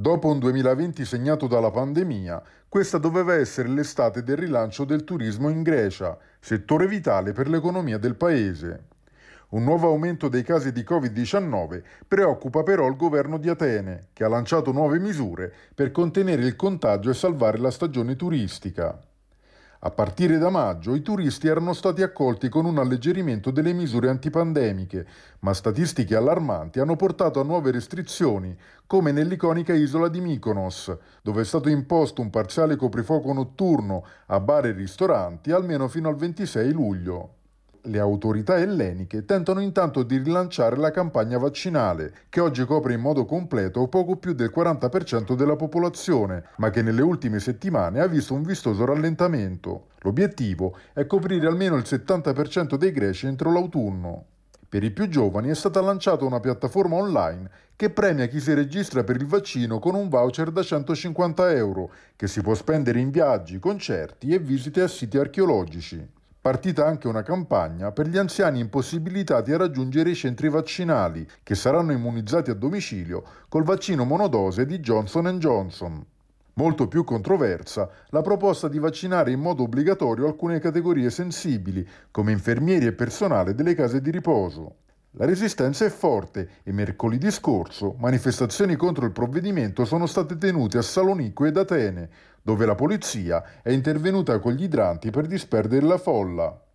Dopo un 2020 segnato dalla pandemia, questa doveva essere l'estate del rilancio del turismo in Grecia, settore vitale per l'economia del paese. Un nuovo aumento dei casi di Covid-19 preoccupa però il governo di Atene, che ha lanciato nuove misure per contenere il contagio e salvare la stagione turistica. A partire da maggio i turisti erano stati accolti con un alleggerimento delle misure antipandemiche, ma statistiche allarmanti hanno portato a nuove restrizioni, come nell'iconica isola di Mykonos, dove è stato imposto un parziale coprifuoco notturno a bar e ristoranti almeno fino al 26 luglio. Le autorità elleniche tentano intanto di rilanciare la campagna vaccinale, che oggi copre in modo completo poco più del 40% della popolazione, ma che nelle ultime settimane ha visto un vistoso rallentamento. L'obiettivo è coprire almeno il 70% dei greci entro l'autunno. Per i più giovani è stata lanciata una piattaforma online che premia chi si registra per il vaccino con un voucher da 150 euro, che si può spendere in viaggi, concerti e visite a siti archeologici. Partita anche una campagna per gli anziani impossibilitati a raggiungere i centri vaccinali, che saranno immunizzati a domicilio col vaccino monodose di Johnson Johnson. Molto più controversa la proposta di vaccinare in modo obbligatorio alcune categorie sensibili, come infermieri e personale delle case di riposo. La resistenza è forte e mercoledì scorso manifestazioni contro il provvedimento sono state tenute a Salonicco ed Atene, dove la polizia è intervenuta con gli idranti per disperdere la folla.